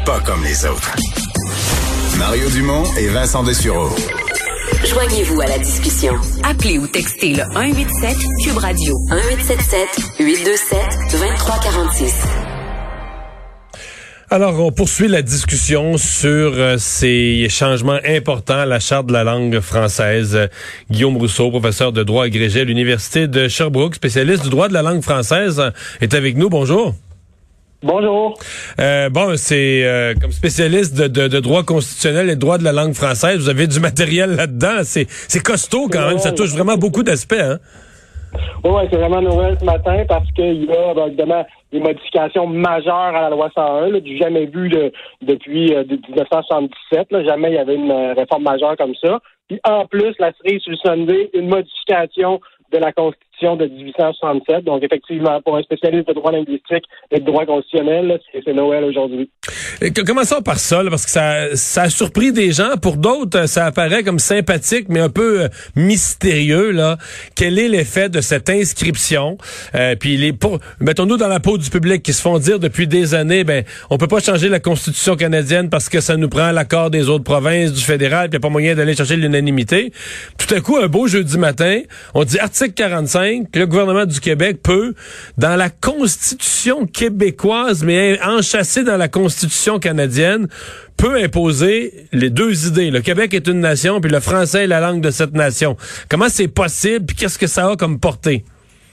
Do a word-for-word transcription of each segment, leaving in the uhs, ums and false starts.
pas comme les autres. Mario Dumont et Vincent Dessureau. Joignez-vous à la discussion. Appelez ou textez le un huit sept Cube Radio un huit sept sept huit deux sept deux trois quatre six. Alors, on poursuit la discussion sur euh, ces changements importants à la Charte de la langue française. Euh, Guillaume Rousseau, professeur de droit agrégé à l'Université de Sherbrooke, spécialiste du droit de la langue française, euh, est avec nous. Bonjour. Bonjour. Euh, bon, c'est euh, comme spécialiste de, de, de droit constitutionnel et de droit de la langue française, vous avez du matériel là-dedans. C'est, c'est costaud quand même, ça touche vraiment beaucoup d'aspects, hein? Oui, ouais, c'est vraiment Noël ce matin parce qu'il y a, ben, évidemment, des modifications majeures à la loi cent un, là, du jamais vu de, depuis euh, dix-neuf cent soixante-dix-sept. Là, jamais il y avait une euh, réforme majeure comme ça. Puis en plus, la cerise sur le Sunday, une modification de la Constitution de dix-huit cent soixante-sept. Donc, effectivement, pour un spécialiste de droit linguistique et de droit constitutionnel, là, c'est, c'est Noël aujourd'hui. Et commençons par ça, là, parce que ça, ça a surpris des gens. Pour d'autres, ça apparaît comme sympathique, mais un peu euh, mystérieux. Là. Quel est l'effet de cette inscription? Euh, puis, les, pour, mettons-nous dans la peau du public qui se font dire depuis des années, ben, on peut pas changer la Constitution canadienne parce que ça nous prend l'accord des autres provinces, du fédéral, puis il n'y a pas moyen d'aller chercher l'unanimité. Tout à coup, un beau jeudi matin, on dit article quarante-cinq, que le gouvernement du Québec peut, dans la Constitution québécoise, mais enchâssée dans la Constitution canadienne, peut imposer les deux idées. Le Québec est une nation, puis le français est la langue de cette nation. Comment c'est possible, puis qu'est-ce que ça a comme portée?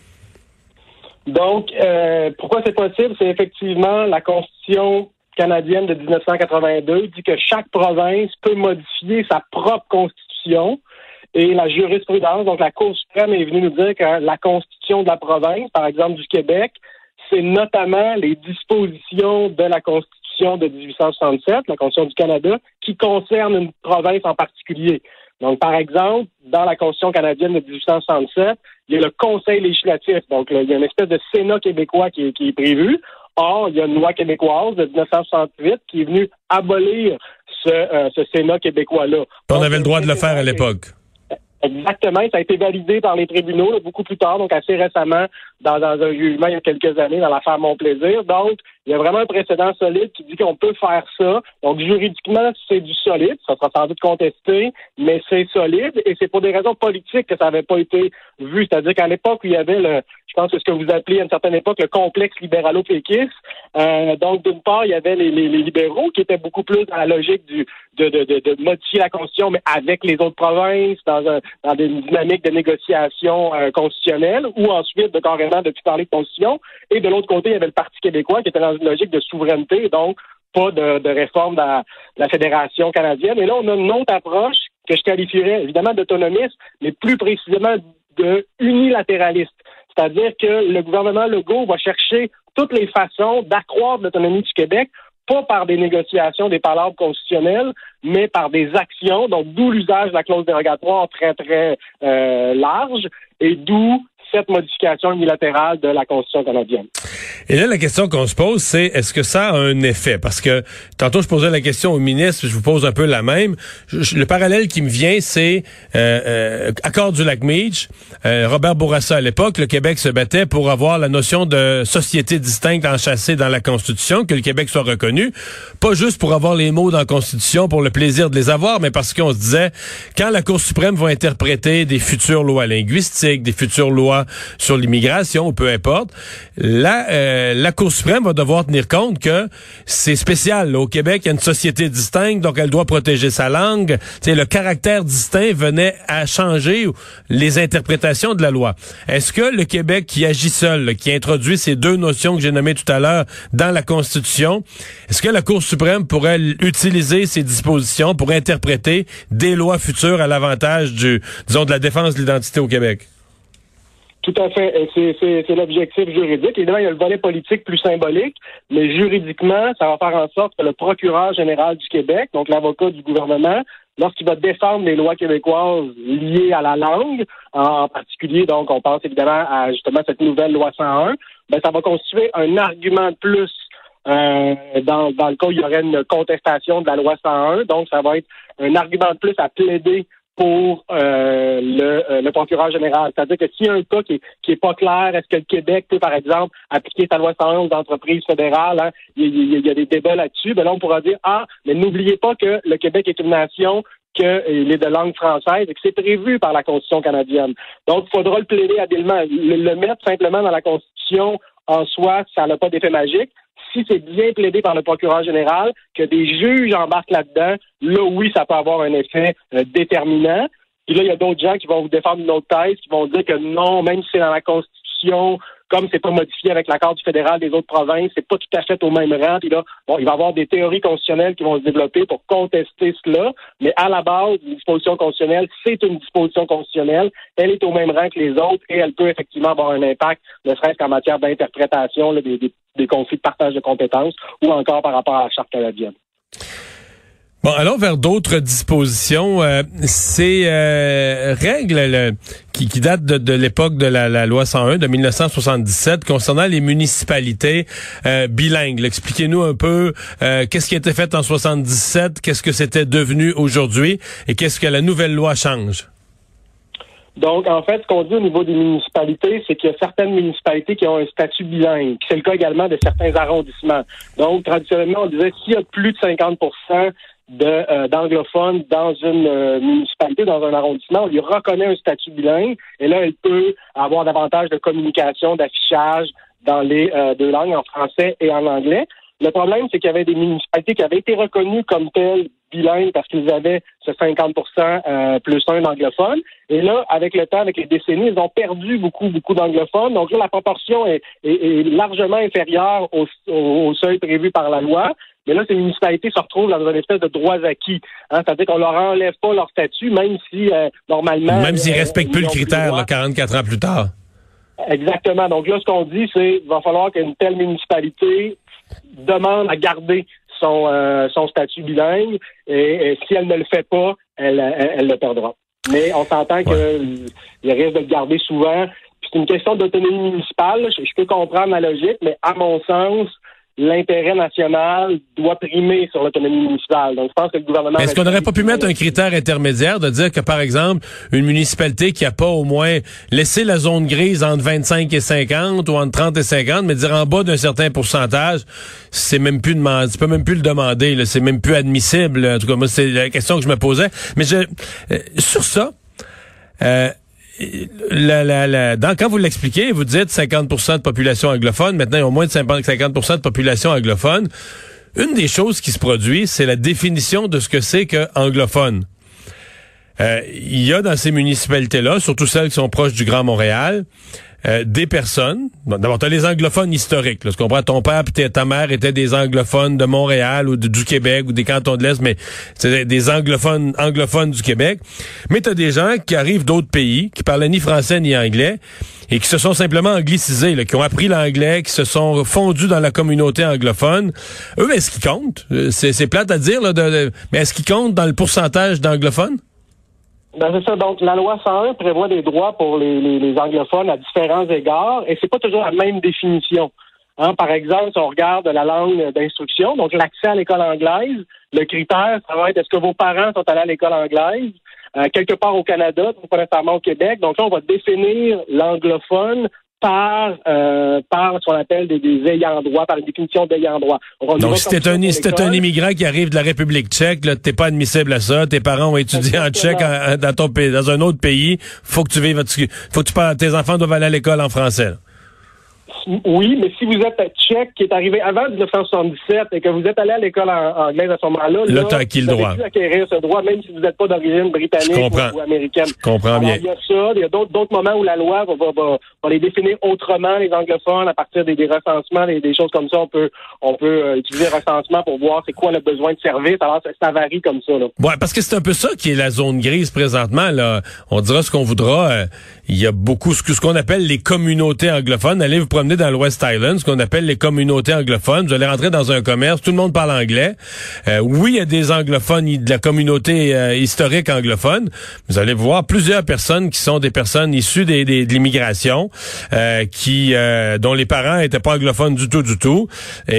Donc, euh, pourquoi c'est possible? C'est effectivement la Constitution canadienne de dix-neuf cent quatre-vingt-deux dit que chaque province peut modifier sa propre Constitution. Et la jurisprudence, donc la Cour suprême est venue nous dire que la Constitution de la province, par exemple du Québec, c'est notamment les dispositions de la Constitution de dix-huit cent soixante-sept, la Constitution du Canada, qui concernent une province en particulier. Donc, par exemple, dans la Constitution canadienne de dix-huit cent soixante-sept, il y a le Conseil législatif. Donc, là, il y a une espèce de Sénat québécois qui est, qui est prévu. Or, il y a une loi québécoise de dix-neuf cent soixante-huit qui est venue abolir ce, euh, ce Sénat québécois-là. On donc, avait le droit de le faire à l'époque. Exactement, ça a été validé par les tribunaux là, beaucoup plus tard, donc assez récemment, dans, dans un jugement il y a quelques années, dans l'affaire Mon Plaisir. Donc, il y a vraiment un précédent solide qui dit qu'on peut faire ça. Donc, juridiquement, c'est du solide, ça sera sans doute contesté, mais c'est solide, et c'est pour des raisons politiques que ça n'avait pas été vu. C'est-à-dire qu'à l'époque où il y avait le, je pense que ce que vous appelez à une certaine époque le complexe libéralo-péquiste, euh, donc d'une part, il y avait les, les, les libéraux qui étaient beaucoup plus dans la logique du de, de, de, de modifier la Constitution, mais avec les autres provinces, dans un dans des dynamiques de négociation euh, constitutionnelle, ou ensuite de carrément de plus parler de Constitution. Et de l'autre côté, il y avait le Parti québécois qui était dans une logique de souveraineté, donc pas de, de réforme dans la Fédération canadienne. Et là, on a une autre approche que je qualifierais évidemment d'autonomiste, mais plus précisément de unilatéraliste. C'est-à-dire que le gouvernement Legault va chercher toutes les façons d'accroître l'autonomie du Québec, pas par des négociations, des palabres constitutionnelles, mais par des actions, donc d'où l'usage de la clause dérogatoire très, très euh, large, et d'où cette modification unilatérale de la Constitution canadienne. Et là, la question qu'on se pose, c'est est-ce que ça a un effet? Parce que tantôt, je posais la question au ministre, je vous pose un peu la même. Je, le parallèle qui me vient, c'est euh, euh, accord du Lac-Meach. Euh, Robert Bourassa, à l'époque, le Québec se battait pour avoir la notion de société distincte enchâssée dans la Constitution, que le Québec soit reconnu. Pas juste pour avoir les mots dans la Constitution, pour le plaisir de les avoir, mais parce qu'on se disait, quand la Cour suprême va interpréter des futures lois linguistiques, des futures lois sur l'immigration, ou peu importe, là, euh, la Cour suprême va devoir tenir compte que c'est spécial. Là, au Québec, il y a une société distincte, donc elle doit protéger sa langue. T'sais, le caractère distinct venait à changer les interprétations de la loi. Est-ce que le Québec qui agit seul, là, qui introduit ces deux notions que j'ai nommées tout à l'heure dans la Constitution, est-ce que la Cour suprême pourrait utiliser ces dispositions pour interpréter des lois futures à l'avantage du, disons, de la défense de l'identité au Québec? Tout à fait. C'est, c'est, c'est l'objectif juridique. Évidemment, il y a le volet politique plus symbolique, mais juridiquement, ça va faire en sorte que le procureur général du Québec, donc l'avocat du gouvernement, lorsqu'il va défendre les lois québécoises liées à la langue, en particulier, donc on pense évidemment à justement cette nouvelle loi cent un, ben ça va constituer un argument de plus euh, dans, dans le cas où il y aurait une contestation de la loi cent un. Donc, ça va être un argument de plus à plaider pour euh, le, euh, le procureur général. C'est-à-dire que s'il y a un cas qui est, qui est pas clair, est-ce que le Québec peut, par exemple, appliquer sa loi cent un aux entreprises fédérales, hein, il, il, il y a des débats là-dessus, ben là, on pourra dire, ah, mais n'oubliez pas que le Québec est une nation qu'il est de langue française et que c'est prévu par la Constitution canadienne. Donc, il faudra le plaider habilement. Le, le mettre simplement dans la Constitution, en soi, ça n'a pas d'effet magique. Si c'est bien plaidé par le procureur général, que des juges embarquent là-dedans, là, oui, ça peut avoir un effet euh, déterminant. Puis là, il y a d'autres gens qui vont vous défendre une autre thèse, qui vont dire que non, même si c'est dans la Constitution, comme c'est pas modifié avec l'accord du fédéral des autres provinces, c'est pas tout à fait au même rang. Puis là, bon, il va y avoir des théories constitutionnelles qui vont se développer pour contester cela. Mais à la base, une disposition constitutionnelle, c'est une disposition constitutionnelle. Elle est au même rang que les autres et elle peut effectivement avoir un impact, ne serait-ce qu'en matière d'interprétation là, des, des, des conflits de partage de compétences ou encore par rapport à la Charte canadienne. Bon, allons vers d'autres dispositions. Euh, ces euh, règles le, qui, qui datent de, de l'époque de la, la loi cent un de mille neuf cent soixante-dix-sept concernant les municipalités euh, bilingues. Là, expliquez-nous un peu euh, qu'est-ce qui a été fait en soixante-dix-sept, qu'est-ce que c'était devenu aujourd'hui et qu'est-ce que la nouvelle loi change. Donc, en fait, ce qu'on dit au niveau des municipalités, c'est qu'il y a certaines municipalités qui ont un statut bilingue. C'est le cas également de certains arrondissements. Donc, traditionnellement, on disait s'il y a plus de cinquante pour cent de euh, d'anglophones dans une euh, municipalité, dans un arrondissement, on lui reconnaît un statut bilingue et là, elle peut avoir davantage de communication, d'affichage dans les euh, deux langues, en français et en anglais. Le problème, c'est qu'il y avait des municipalités qui avaient été reconnues comme telles bilingues parce qu'ils avaient ce cinquante pour cent euh, plus un d'anglophones. Et là, avec le temps, avec les décennies, ils ont perdu beaucoup, beaucoup d'anglophones. Donc là, la proportion est, est, est largement inférieure au, au, au seuil prévu par la loi. Mais là, ces municipalités se retrouvent dans une espèce de droits acquis. Hein? C'est-à-dire qu'on leur enlève pas leur statut, même si, euh, normalement... Même s'ils euh, respectent plus le critère, là, quarante-quatre ans plus tard. Exactement. Donc là, ce qu'on dit, c'est qu'il va falloir qu'une telle municipalité demande à garder son euh, son statut bilingue et, et si elle ne le fait pas, elle, elle, elle le perdra. Mais on s'entend que ouais. Il risque de le garder souvent. Puis c'est une question d'autonomie municipale. Je, je peux comprendre la logique, mais à mon sens, l'intérêt national doit primer sur l'autonomie municipale. Donc, je pense que le gouvernement... Est-ce qu'on n'aurait pas pu mettre un critère intermédiaire de dire que, par exemple, une municipalité qui a pas au moins laissé la zone grise entre vingt-cinq et cinquante ou entre trente et cinquante, mais dire en bas d'un certain pourcentage, c'est même plus demandé, tu peux même plus le demander, là, c'est même plus admissible. En tout cas, moi, c'est la question que je me posais. Mais je, euh, sur ça, euh, La, la, la, dans, quand vous l'expliquez, vous dites cinquante pour cent de population anglophone. Maintenant, il y a au moins de cinquante pour cent de population anglophone. Une des choses qui se produit, c'est la définition de ce que c'est que anglophone. Euh, il y a dans ces municipalités-là, surtout celles qui sont proches du Grand Montréal, euh, des personnes. Bon, d'abord, t'as les anglophones historiques. Là, tu comprends? Ton père et ta mère étaient des anglophones de Montréal ou de, du Québec ou des cantons de l'Est, mais c'est des anglophones anglophones du Québec. Mais t'as des gens qui arrivent d'autres pays, qui parlaient ni français ni anglais, et qui se sont simplement anglicisés, là, qui ont appris l'anglais, qui se sont fondus dans la communauté anglophone. Eux, est-ce qu'ils comptent? C'est, c'est plate à dire, là, de, de, mais est-ce qu'ils comptent dans le pourcentage d'anglophones? Ben c'est ça. Donc, la loi cent un prévoit des droits pour les, les, les anglophones à différents égards, et c'est pas toujours la même définition. Hein, par exemple, si on regarde la langue d'instruction, donc l'accès à l'école anglaise, le critère, ça va être est-ce que vos parents sont allés à l'école anglaise, euh, quelque part au Canada, pas nécessairement au Québec. Donc là, on va définir l'anglophone par euh, par ce qu'on appelle des, des ayants droit, par une définition d'ayants droit. Donc, Donc si t'es un, si t'es un immigrant qui arrive de la République tchèque, là, t'es pas admissible à ça, tes parents ont étudié en tchèque en, dans ton pays, dans un autre pays, faut que tu vives, faut que tu parles, tes enfants doivent aller à l'école en français. Là. Oui, mais si vous êtes tchèque qui est arrivé avant dix-neuf cent soixante-dix-sept et que vous êtes allé à l'école en, anglaise à ce moment-là, là, là t'as acquis le droit. Vous avez pu acquérir ce droit, même si vous n'êtes pas d'origine britannique ou, ou américaine. Je comprends Alors, bien. Il y a ça, il y a d'autres, d'autres moments où la loi va, va, va, va les définir autrement, les anglophones, à partir des, des recensements, des, des choses comme ça. On peut, on peut euh, utiliser le recensement pour voir c'est quoi le besoin de service. Alors, ça, ça varie comme ça. Là. Ouais, parce que c'est un peu ça qui est la zone grise présentement. Là, on dira ce qu'on voudra. Euh, il y a beaucoup ce, ce qu'on appelle les communautés anglophones. Allez vous promener communautés dans le West Island, ce qu'on appelle les communautés anglophones. Vous allez rentrer dans un commerce, tout le monde parle anglais. Euh, oui, il y a des anglophones de la communauté euh, historique anglophone. Vous allez voir plusieurs personnes qui sont des personnes issues des, des, de l'immigration, euh, qui euh, dont les parents étaient pas anglophones du tout, du tout,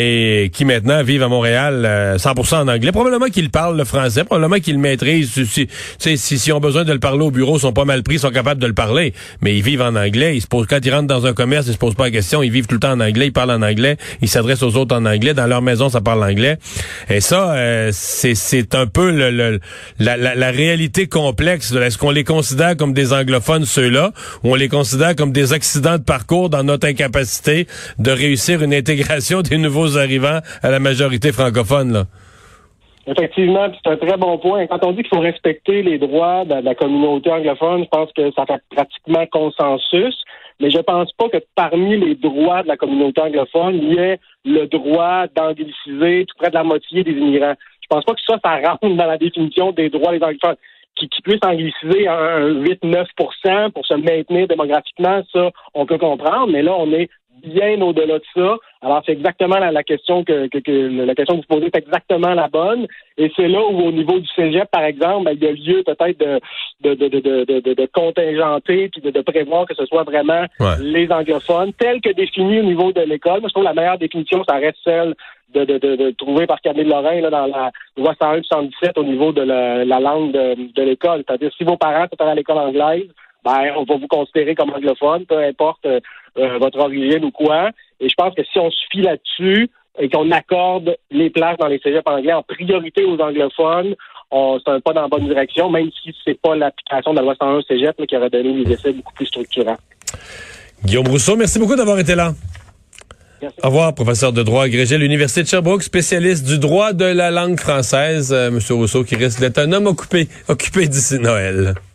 et qui maintenant vivent à Montréal euh, cent pour cent en anglais. Probablement qu'ils parlent le français, probablement qu'ils le maîtrisent. Si, si, si, si ont besoin de le parler au bureau, ils sont pas mal pris, ils sont capables de le parler. Mais ils vivent en anglais. Ils se posent, quand ils rentrent dans un commerce, ils se posent pas la question. Ils vivent tout le temps en anglais, ils parlent en anglais, ils s'adressent aux autres en anglais. Dans leur maison, ça parle anglais. Et ça, euh, c'est, c'est un peu le, le, la, la, la réalité complexe. Est-ce qu'on les considère comme des anglophones, ceux-là, ou on les considère comme des accidents de parcours dans notre incapacité de réussir une intégration des nouveaux arrivants à la majorité francophone, là? Effectivement, c'est un très bon point. Quand on dit qu'il faut respecter les droits de la communauté anglophone, je pense que ça fait pratiquement consensus. Mais je pense pas que parmi les droits de la communauté anglophone, il y ait le droit d'angliciser tout près de la moitié des immigrants. Je pense pas que ça, ça rentre dans la définition des droits des anglophones. Qui, qui puissent angliciser un huit à neuf pour cent pour se maintenir démographiquement, ça, on peut comprendre. Mais là, on est bien au-delà de ça. Alors, c'est exactement la, la question que, que, que la question que vous posez est exactement la bonne. Et c'est là où, au niveau du cégep, par exemple, ben, il y a lieu peut-être de, de, de, de, de, de, de contingenter puis de, de prévoir que ce soit vraiment ouais. les anglophones, tels que définis au niveau de l'école. Moi, je trouve que la meilleure définition, ça reste celle de, de, de, de trouver par Camille Lorrain là, dans la loi cent un soixante-dix-sept au niveau de la, la langue de, de l'école. C'est-à-dire, si vos parents sont à l'école anglaise, ben, on va vous considérer comme anglophone, peu importe euh, euh, votre origine ou quoi. Et je pense que si on se fie là-dessus et qu'on accorde les places dans les cégeps anglais en priorité aux anglophones, on, c'est un pas dans la bonne direction, même si c'est pas l'application de la loi cent un au cégep là, qui aurait donné des effets beaucoup plus structurants. Guillaume Rousseau, merci beaucoup d'avoir été là. Merci. Au revoir, professeur de droit agrégé à l'Université de Sherbrooke, spécialiste du droit de la langue française. Euh, Monsieur Rousseau qui risque d'être un homme occupé, occupé d'ici Noël.